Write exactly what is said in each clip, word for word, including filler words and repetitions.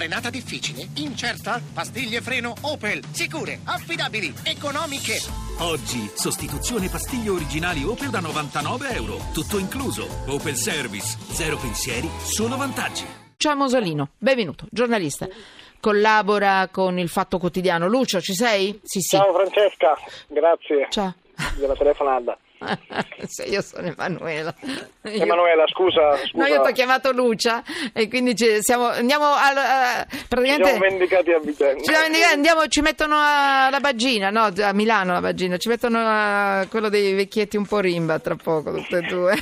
Frenata difficile? Incerta? Pastiglie freno Opel. Sicure, affidabili, economiche. Oggi, sostituzione pastiglie originali Opel da novantanove euro. Tutto incluso. Opel Service. Zero pensieri, solo vantaggi. Ciao Mosolino, benvenuto, giornalista. Collabora con il Fatto Quotidiano. Lucio, ci sei? Sì, sì. Ciao Francesca, grazie. Ciao. Della telefonata. Se io sono Emanuela. Io... Emanuela, scusa, scusa. No, io ti ho chiamato Lucia e quindi ci siamo, andiamo a, praticamente... Ci siamo vendicati a vicenda. Ci, siamo vendicati, andiamo, ci mettono alla Baggina, no, a Milano la Baggina, ci mettono a quello dei vecchietti un po' rimba tra poco, tutte e due.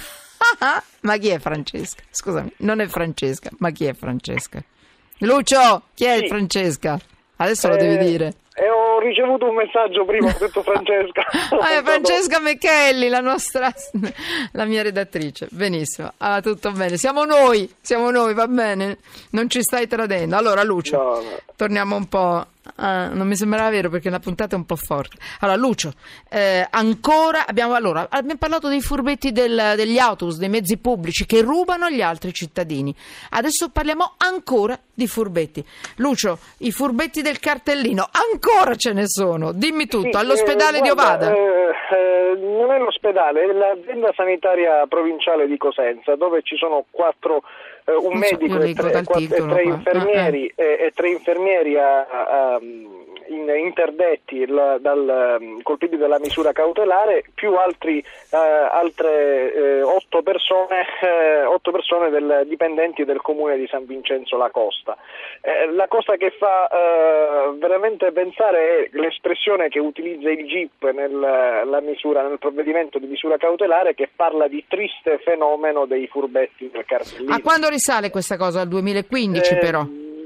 Ma chi è Francesca? Scusami, non è Francesca, ma chi è Francesca? Lucio, chi è sì. Francesca? Adesso eh, lo devi dire. E ho ricevuto un messaggio prima, ho detto Francesca. Ah, è Francesca Mecchelli, la nostra, la mia redattrice. Benissimo, ah, tutto bene. Siamo noi, siamo noi, va bene? Non ci stai tradendo. Allora, Lucio, no, no. torniamo un po'. Ah, non mi sembrava vero perché la puntata è un po' forte. Allora, Lucio, eh, ancora abbiamo, allora, abbiamo parlato dei furbetti del, degli autobus, dei mezzi pubblici che rubano agli altri cittadini. Adesso parliamo ancora di furbetti. Lucio, i furbetti del cartellino, ancora ce ne sono. Dimmi tutto. Sì, all'ospedale eh, di guarda, Ovada. Eh, eh, non è l'ospedale, è l'azienda sanitaria provinciale di Cosenza, dove ci sono quattro, eh, un Non so, medico io e leggo tre, dal quattro, e titolo tre qua. infermieri Ah, ah. E, e tre infermieri a, a, in, interdetti il, dal, colpiti dalla misura cautelare, più altri eh, altre eh, otto persone, eh, otto persone del, dipendenti del comune di San Vincenzo La Costa. Eh, la cosa che fa eh, veramente pensare è l'espressione che utilizza il G I P nel, la misura, nel provvedimento di misura cautelare, che parla di triste fenomeno dei furbetti del cartellino. A quando risale questa cosa? Al duemilaquindici Eh, però?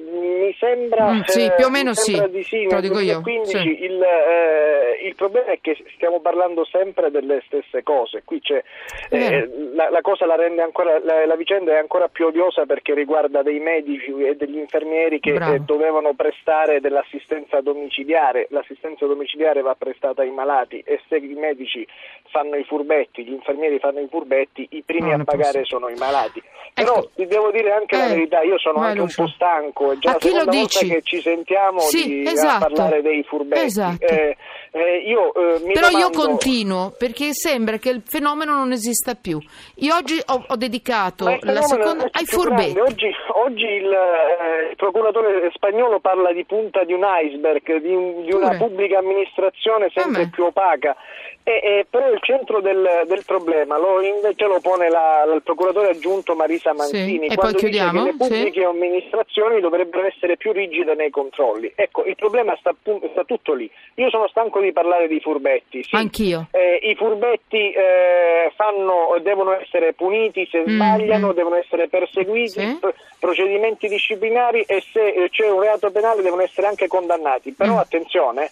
Mi sembra, Mm, sì, più o meno mi sembra sì, di sì, te lo nel dico io, duemilaquindici. sì. Il, eh, il problema è che stiamo parlando sempre delle stesse cose. Qui c'è eh, la, la cosa la rende ancora, la, la vicenda è ancora più odiosa perché riguarda dei medici e degli infermieri che eh, dovevano prestare dell'assistenza domiciliare. L'assistenza domiciliare va prestata ai malati e se i medici fanno i furbetti, gli infermieri fanno i furbetti, i primi no, a pagare posso. sono i malati. Ecco. Però ti devo dire anche eh, la verità, io sono vai, anche Lucio. un po' stanco, è già A la chi lo seconda volta dici? che ci sentiamo Sì, di, esatto. a parlare dei furbetti. Esatto. Eh, eh, io, eh, mi Però domando... io continuo perché sembra che il fenomeno non esista più. Io oggi ho, ho dedicato la seconda ai furbetti. Oggi, oggi il, eh, il procuratore spagnolo parla di punta di un iceberg, di, un, di una pubblica amministrazione sempre più opaca. E, e, però il centro del, del problema lo, invece lo pone la, la, il procuratore aggiunto Marisa Manzini, sì, quando e poi dice che le pubbliche sì. amministrazioni dovrebbero essere più rigide nei controlli. Ecco, il problema sta, sta tutto lì. Io sono stanco di parlare di furbetti. Sì, anch'io. Eh, I furbetti eh, fanno, devono essere puniti se mm, sbagliano, mm. devono essere perseguiti, sì. p- procedimenti disciplinari e se c'è un reato penale devono essere anche condannati. Però mm. attenzione.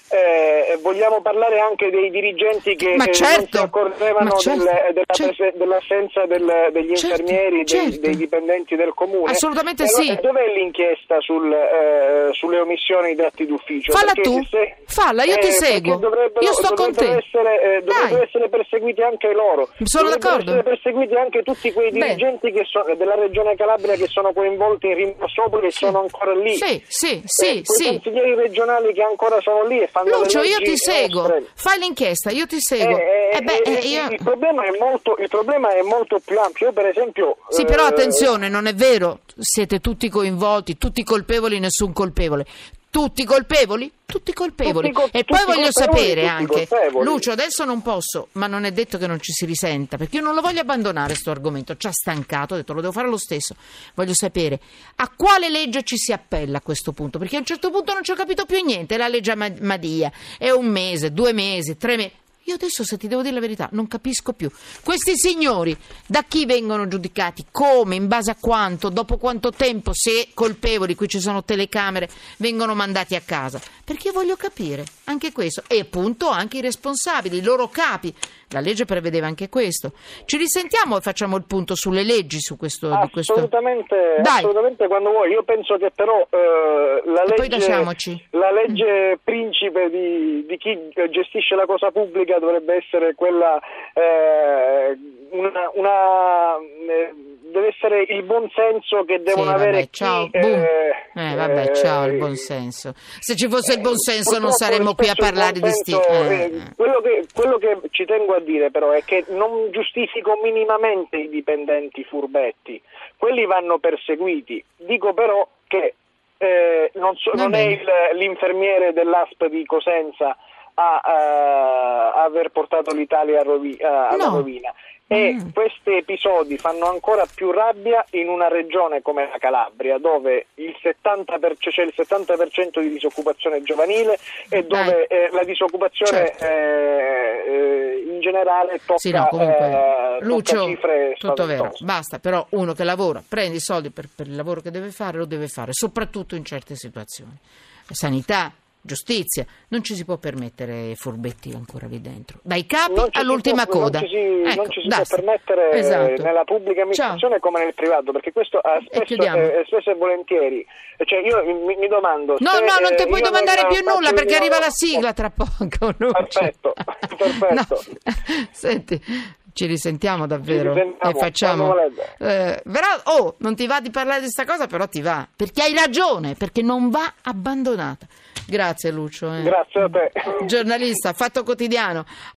Eh, vogliamo parlare anche dei dirigenti che ma eh, certo, non si accorgevano certo, del, della certo. prese, dell'assenza del, degli certo, infermieri, certo. Dei, dei dipendenti del comune. Assolutamente e sì. Allora, dov'è l'inchiesta sul, eh, sulle omissioni di atti d'ufficio? Falla perché tu, se, falla, io eh, ti seguo. Dovrebbero, io sto con te. Essere, eh, dovrebbero essere perseguiti anche loro. Sono dovrebbero d'accordo. essere perseguiti anche tutti quei dirigenti che so, della regione Calabria che sono coinvolti in Rimborsopoli e sì. sono ancora lì. Sì, sì, sì, eh, sì. I consiglieri regionali che ancora sono lì e fanno Lucio, le leggi. Io ti seguo, nostre. Fai l'inchiesta, io ti seguo. Eh, eh, eh beh, eh, io... il, problema è molto, il problema è molto più ampio. Io per esempio... Sì, eh... però attenzione, non è vero, siete tutti coinvolti, tutti colpevoli, nessun colpevole. Tutti colpevoli? Tutti colpevoli. Tutti co- e poi tutti voglio sapere anche, colpevoli. Lucio, adesso non posso, ma non è detto che non ci si risenta, perché io non lo voglio abbandonare sto argomento, ci ha stancato, ho detto lo devo fare lo stesso. Voglio sapere a quale legge ci si appella a questo punto, perché a un certo punto non ci ho capito più niente, la legge Madia, è un mese, due mesi, tre mesi. Io adesso, se ti devo dire la verità, non capisco più. Questi signori, da chi vengono giudicati? Come? In base a quanto? Dopo quanto tempo? Se colpevoli, qui ci sono telecamere, vengono mandati a casa? Perché io voglio capire anche questo. E appunto anche i responsabili, i loro capi. La legge prevedeva anche questo. Ci risentiamo e facciamo il punto sulle leggi su questo. Assolutamente, di questo... assolutamente quando vuoi. Io penso che però eh, la, legge, la legge principe di, di chi gestisce la cosa pubblica dovrebbe essere quella eh, una, una eh, deve essere il buon senso che devono sì, avere vabbè, chi ciao. eh, Eh, vabbè, Eh, ciao il buonsenso. Se ci fosse il buonsenso non Purtroppo saremmo qui a spesso il parlare di sti... buonsenso, eh, eh, eh. quello, che, quello che ci tengo a dire però è che non giustifico minimamente i dipendenti furbetti, quelli vanno perseguiti. Dico però che eh, non, so, Va non è bene. il, l'infermiere dell'A S P di Cosenza a, a- a aver portato l'Italia a rovi- a- alla No. rovina. E Mm. questi episodi fanno ancora più rabbia in una regione come la Calabria, dove il settanta per cento, c'è il settanta per cento di disoccupazione giovanile e dove eh, la disoccupazione Certo. eh, eh, in generale tocca, Sì, no, comunque, eh, Lucio, tocca cifre tutto vero, spaventose. basta, però uno che lavora, prende i soldi per, per il lavoro che deve fare, lo deve fare, soprattutto in certe situazioni. Sanità, giustizia, non ci si può permettere furbetti ancora lì dentro, dai capi Non ci si all'ultima può- coda. Non ci si, Ecco, non ci si può basta. permettere Esatto. nella pubblica amministrazione Ciao. come nel privato, perché questo eh, spesso, chiudiamo. eh, spesso e volentieri. Cioè io mi, mi domando. No, se, no, non ti eh, puoi io domandare non più faccio nulla il perché mio- arriva la sigla tra poco. Lucio. Perfetto, perfetto. No. Senti, ci risentiamo davvero Ci risentiamo, e facciamo. quando volete. Eh, però, oh, non ti va di parlare di sta cosa, però ti va perché hai ragione, perché non va abbandonata. Grazie, Lucio. eh. Grazie a te. Giornalista, Fatto Quotidiano.